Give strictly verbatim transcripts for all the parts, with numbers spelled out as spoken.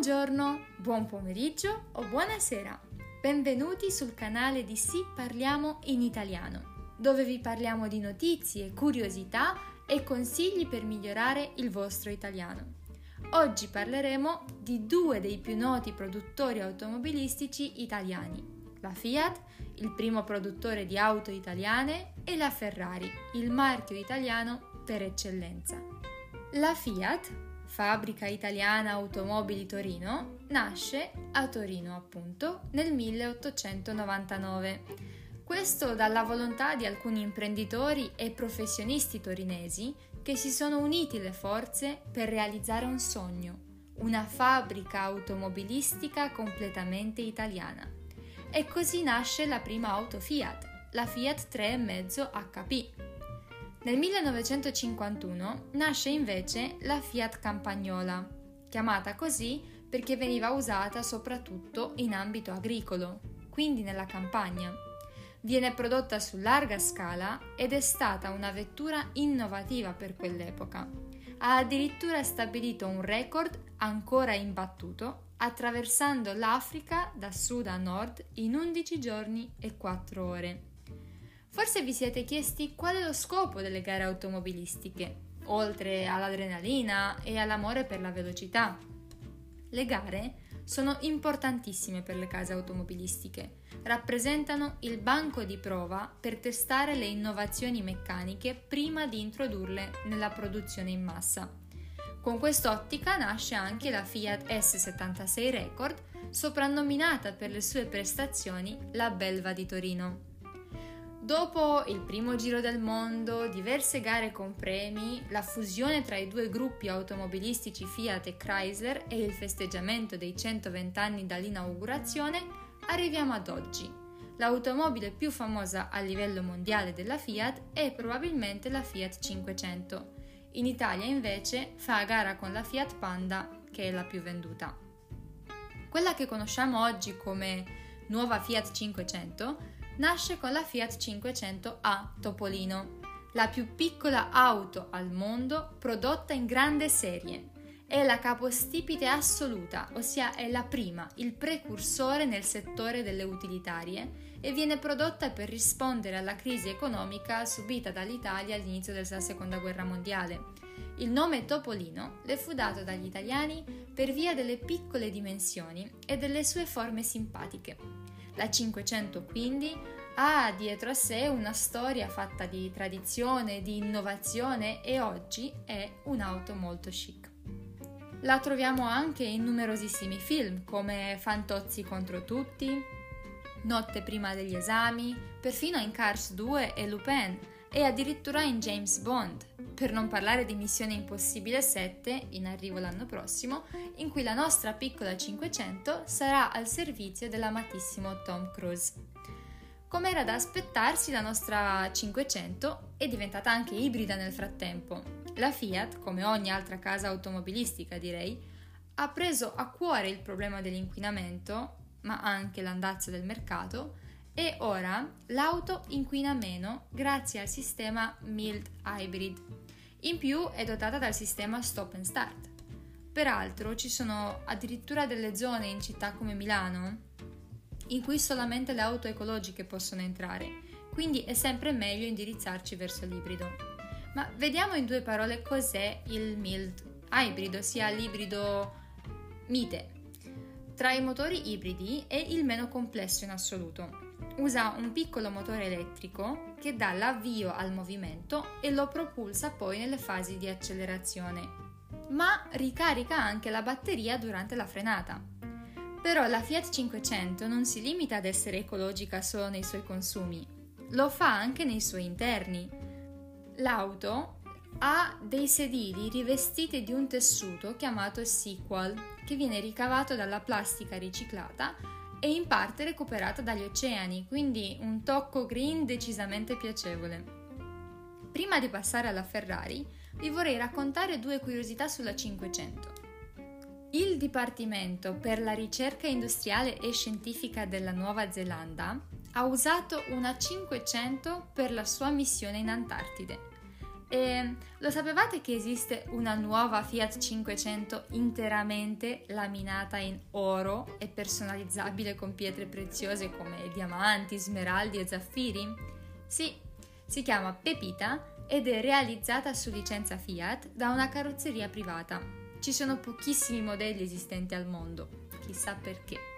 Buongiorno, buon pomeriggio o buonasera. Benvenuti sul canale di Sì Parliamo in Italiano, dove vi parliamo di notizie, curiosità e consigli per migliorare il vostro italiano. Oggi parleremo di due dei più noti produttori automobilistici italiani, la Fiat, il primo produttore di auto italiane, e la Ferrari, il marchio italiano per eccellenza. La Fiat, fabbrica italiana automobili Torino, nasce a Torino appunto nel milleottocentonovantanove. Questo dalla volontà di alcuni imprenditori e professionisti torinesi che si sono uniti le forze per realizzare un sogno, una fabbrica automobilistica completamente italiana. E così nasce la prima auto Fiat, la Fiat tre e mezzo acca pi. Nel millenovecentocinquantuno nasce invece la Fiat Campagnola, chiamata così perché veniva usata soprattutto in ambito agricolo, quindi nella campagna. Viene prodotta su larga scala ed è stata una vettura innovativa per quell'epoca. Ha addirittura stabilito un record ancora imbattuto, attraversando l'Africa da sud a nord in undici giorni e quattro ore. Forse vi siete chiesti qual è lo scopo delle gare automobilistiche, oltre all'adrenalina e all'amore per la velocità. Le gare sono importantissime per le case automobilistiche, rappresentano il banco di prova per testare le innovazioni meccaniche prima di introdurle nella produzione in massa. Con quest'ottica nasce anche la Fiat esse settantasei Record, soprannominata per le sue prestazioni la Belva di Torino. Dopo il primo Giro del Mondo, diverse gare con premi, la fusione tra i due gruppi automobilistici Fiat e Chrysler e il festeggiamento dei centoventi anni dall'inaugurazione, arriviamo ad oggi. L'automobile più famosa a livello mondiale della Fiat è probabilmente la Fiat cinquecento. In Italia invece fa a gara con la Fiat Panda, che è la più venduta. Quella che conosciamo oggi come nuova Fiat cinquecento nasce con la Fiat cinquecento A Topolino, la più piccola auto al mondo prodotta in grande serie. È la capostipite assoluta, ossia è la prima, il precursore nel settore delle utilitarie e viene prodotta per rispondere alla crisi economica subita dall'Italia all'inizio della Seconda Guerra Mondiale. Il nome Topolino le fu dato dagli italiani per via delle piccole dimensioni e delle sue forme simpatiche. La cinquecento quindi ha dietro a sé una storia fatta di tradizione, di innovazione e oggi è un'auto molto chic. La troviamo anche in numerosissimi film come Fantozzi contro tutti, Notte prima degli esami, perfino in Cars due e Lupin e addirittura in James Bond, per non parlare di Missione Impossibile sette, in arrivo l'anno prossimo, in cui la nostra piccola cinquecento sarà al servizio dell'amatissimo Tom Cruise. Come era da aspettarsi, la nostra cinquecento è diventata anche ibrida nel frattempo. La Fiat, come ogni altra casa automobilistica direi, ha preso a cuore il problema dell'inquinamento, ma anche l'andazzo del mercato, e ora l'auto inquina meno grazie al sistema mild hybrid. In più è dotata dal sistema stop and start. Peraltro ci sono addirittura delle zone in città come Milano in cui solamente le auto ecologiche possono entrare, quindi è sempre meglio indirizzarci verso l'ibrido. Ma vediamo in due parole cos'è il mild hybrid, ossia l'ibrido mite. Tra i motori ibridi è il meno complesso in assoluto. Usa un piccolo motore elettrico che dà l'avvio al movimento e lo propulsa poi nelle fasi di accelerazione, ma ricarica anche la batteria durante la frenata. Però la Fiat cinquecento non si limita ad essere ecologica solo nei suoi consumi, lo fa anche nei suoi interni. L'auto ha dei sedili rivestiti di un tessuto chiamato Sequal, che viene ricavato dalla plastica riciclata e in parte recuperata dagli oceani, quindi un tocco green decisamente piacevole. Prima di passare alla Ferrari, vi vorrei raccontare due curiosità sulla cinquecento. Il Dipartimento per la ricerca industriale e scientifica della Nuova Zelanda ha usato una cinquecento per la sua missione in Antartide E lo sapevate che esiste una nuova Fiat cinquecento interamente laminata in oro e personalizzabile con pietre preziose come diamanti, smeraldi e zaffiri? Sì, si chiama Pepita ed è realizzata su licenza Fiat da una carrozzeria privata. Ci sono pochissimi modelli esistenti al mondo, chissà perché.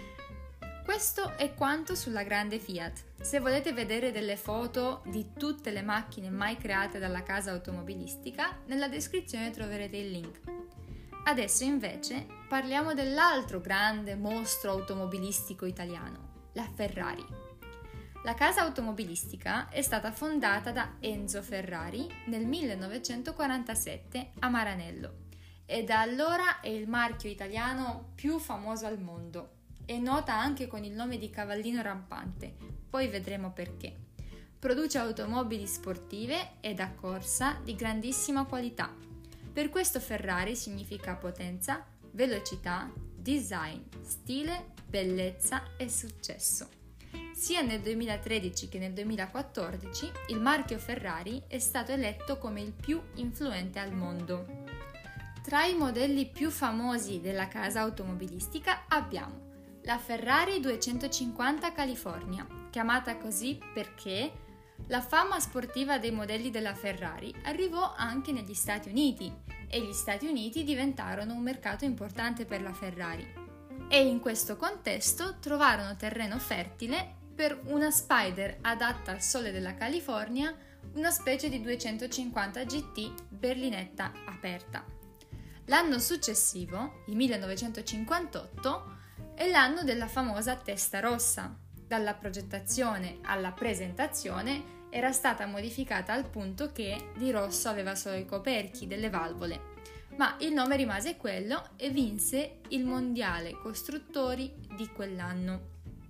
Questo è quanto sulla grande Fiat. Se volete vedere delle foto di tutte le macchine mai create dalla casa automobilistica, nella descrizione troverete il link. Adesso invece parliamo dell'altro grande mostro automobilistico italiano, la Ferrari. La casa automobilistica è stata fondata da Enzo Ferrari nel millenovecentoquarantasette a Maranello e da allora è il marchio italiano più famoso al mondo. È nota anche con il nome di Cavallino Rampante, poi vedremo perché. Produce automobili sportive e da corsa di grandissima qualità. Per questo Ferrari significa potenza, velocità, design, stile, bellezza e successo. Sia nel duemilatredici che nel duemilaquattordici il marchio Ferrari è stato eletto come il più influente al mondo. Tra i modelli più famosi della casa automobilistica abbiamo la Ferrari duecentocinquanta California, chiamata così perché la fama sportiva dei modelli della Ferrari arrivò anche negli Stati Uniti e gli Stati Uniti diventarono un mercato importante per la Ferrari. E in questo contesto trovarono terreno fertile per una Spider adatta al sole della California, una specie di duecentocinquanta G T berlinetta aperta. L'anno successivo, il millenovecentocinquantotto, è l'anno della famosa testa rossa. Dalla progettazione alla presentazione era stata modificata al punto che di rosso aveva solo i coperchi delle valvole, ma il nome rimase quello e vinse il mondiale costruttori di quell'anno.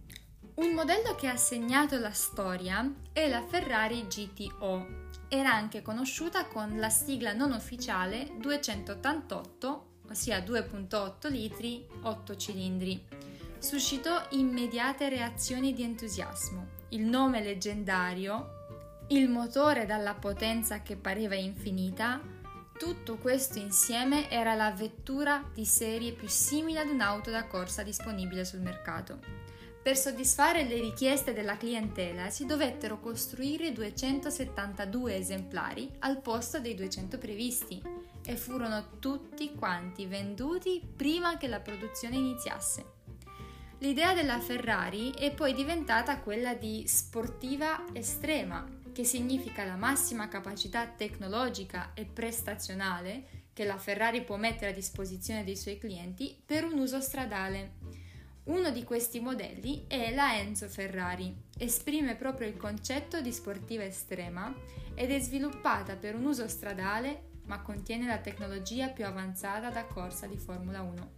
Un modello che ha segnato la storia è la Ferrari G T O. Era anche conosciuta con la sigla non ufficiale duecentottantotto, ossia due virgola otto litri, otto cilindri. Suscitò immediate reazioni di entusiasmo. Il nome leggendario, il motore dalla potenza che pareva infinita, tutto questo insieme era la vettura di serie più simile ad un'auto da corsa disponibile sul mercato. Per soddisfare le richieste della clientela si dovettero costruire duecentosettantadue esemplari al posto dei duecento previsti e furono tutti quanti venduti prima che la produzione iniziasse. L'idea della Ferrari è poi diventata quella di sportiva estrema, che significa la massima capacità tecnologica e prestazionale che la Ferrari può mettere a disposizione dei suoi clienti per un uso stradale. Uno di questi modelli è la Enzo Ferrari, esprime proprio il concetto di sportiva estrema ed è sviluppata per un uso stradale, ma contiene la tecnologia più avanzata da corsa di Formula uno.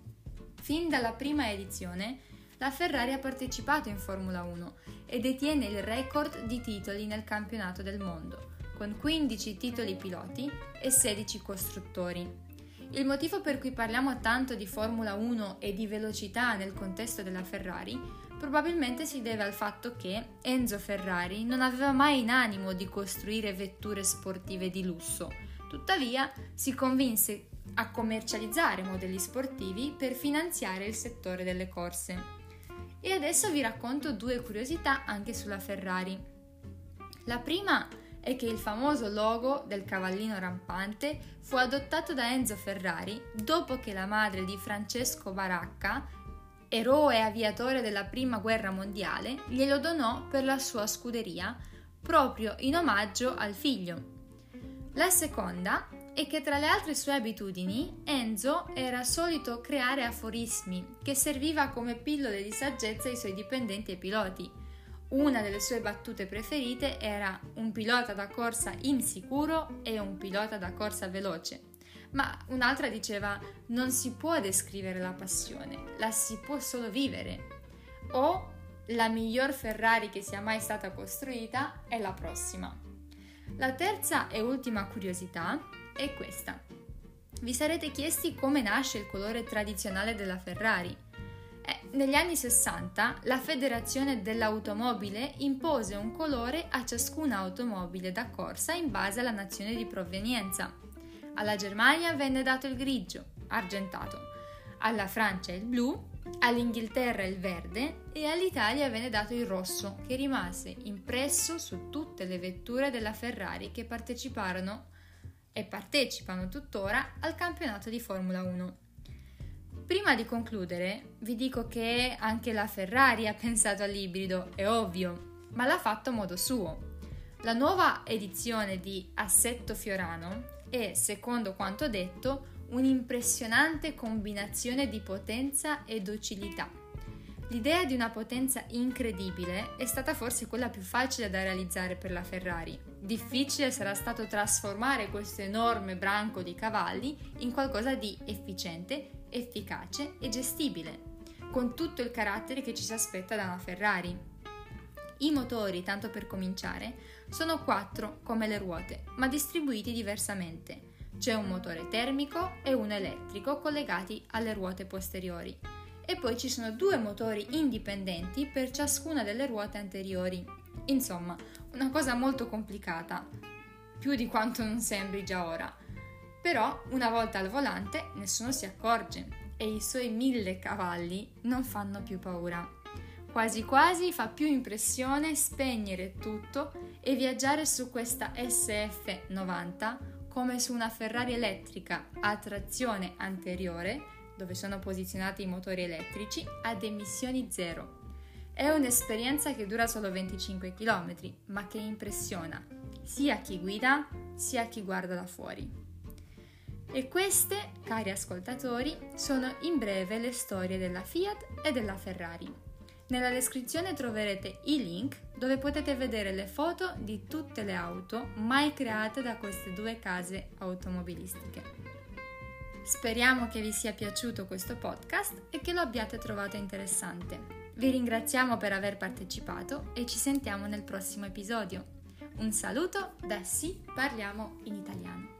Fin dalla prima edizione, la Ferrari ha partecipato in Formula uno e detiene il record di titoli nel campionato del mondo, con quindici titoli piloti e sedici costruttori. Il motivo per cui parliamo tanto di Formula uno e di velocità nel contesto della Ferrari probabilmente si deve al fatto che Enzo Ferrari non aveva mai in animo di costruire vetture sportive di lusso, tuttavia si convinse a commercializzare modelli sportivi per finanziare il settore delle corse. E adesso vi racconto due curiosità anche sulla Ferrari. La prima è che il famoso logo del cavallino rampante fu adottato da Enzo Ferrari dopo che la madre di Francesco Baracca, eroe aviatore della prima guerra mondiale, glielo donò per la sua scuderia, proprio in omaggio al figlio. La seconda è che tra le altre sue abitudini Enzo era solito creare aforismi che serviva come pillole di saggezza ai suoi dipendenti e piloti. Una delle sue battute preferite era un pilota da corsa insicuro e un pilota da corsa veloce, ma un'altra diceva non si può descrivere la passione, la si può solo vivere, o la miglior Ferrari che sia mai stata costruita è la prossima. La terza e ultima curiosità è questa. Vi sarete chiesti come nasce il colore tradizionale della Ferrari? Eh, negli anni sessanta la Federazione dell'Automobile impose un colore a ciascuna automobile da corsa in base alla nazione di provenienza. Alla Germania venne dato il grigio, argentato, alla Francia il blu, all'Inghilterra il verde e all'Italia venne dato il rosso, che rimase impresso su tutte le vetture della Ferrari che parteciparono e partecipano tuttora al campionato di Formula uno. Prima di concludere, vi dico che anche la Ferrari ha pensato all'ibrido, è ovvio, ma l'ha fatto a modo suo. La nuova edizione di Assetto Fiorano è, secondo quanto detto, un'impressionante combinazione di potenza e docilità. L'idea di una potenza incredibile è stata forse quella più facile da realizzare per la Ferrari. Difficile sarà stato trasformare questo enorme branco di cavalli in qualcosa di efficiente, efficace e gestibile, con tutto il carattere che ci si aspetta da una Ferrari. I motori, tanto per cominciare, sono quattro come le ruote, ma distribuiti diversamente. C'è un motore termico e uno elettrico collegati alle ruote posteriori. E poi ci sono due motori indipendenti per ciascuna delle ruote anteriori. Insomma, una cosa molto complicata, più di quanto non sembri già ora. Però, una volta al volante, nessuno si accorge e i suoi mille cavalli non fanno più paura. Quasi quasi fa più impressione spegnere tutto e viaggiare su questa S F novanta come su una Ferrari elettrica a trazione anteriore, dove sono posizionati i motori elettrici, ad emissioni zero. È un'esperienza che dura solo venticinque chilometri, ma che impressiona sia chi guida sia chi guarda da fuori. E queste, cari ascoltatori, sono in breve le storie della Fiat e della Ferrari. Nella descrizione troverete i link dove potete vedere le foto di tutte le auto mai create da queste due case automobilistiche. Speriamo che vi sia piaciuto questo podcast e che lo abbiate trovato interessante. Vi ringraziamo per aver partecipato e ci sentiamo nel prossimo episodio. Un saluto da Sì, parliamo in italiano.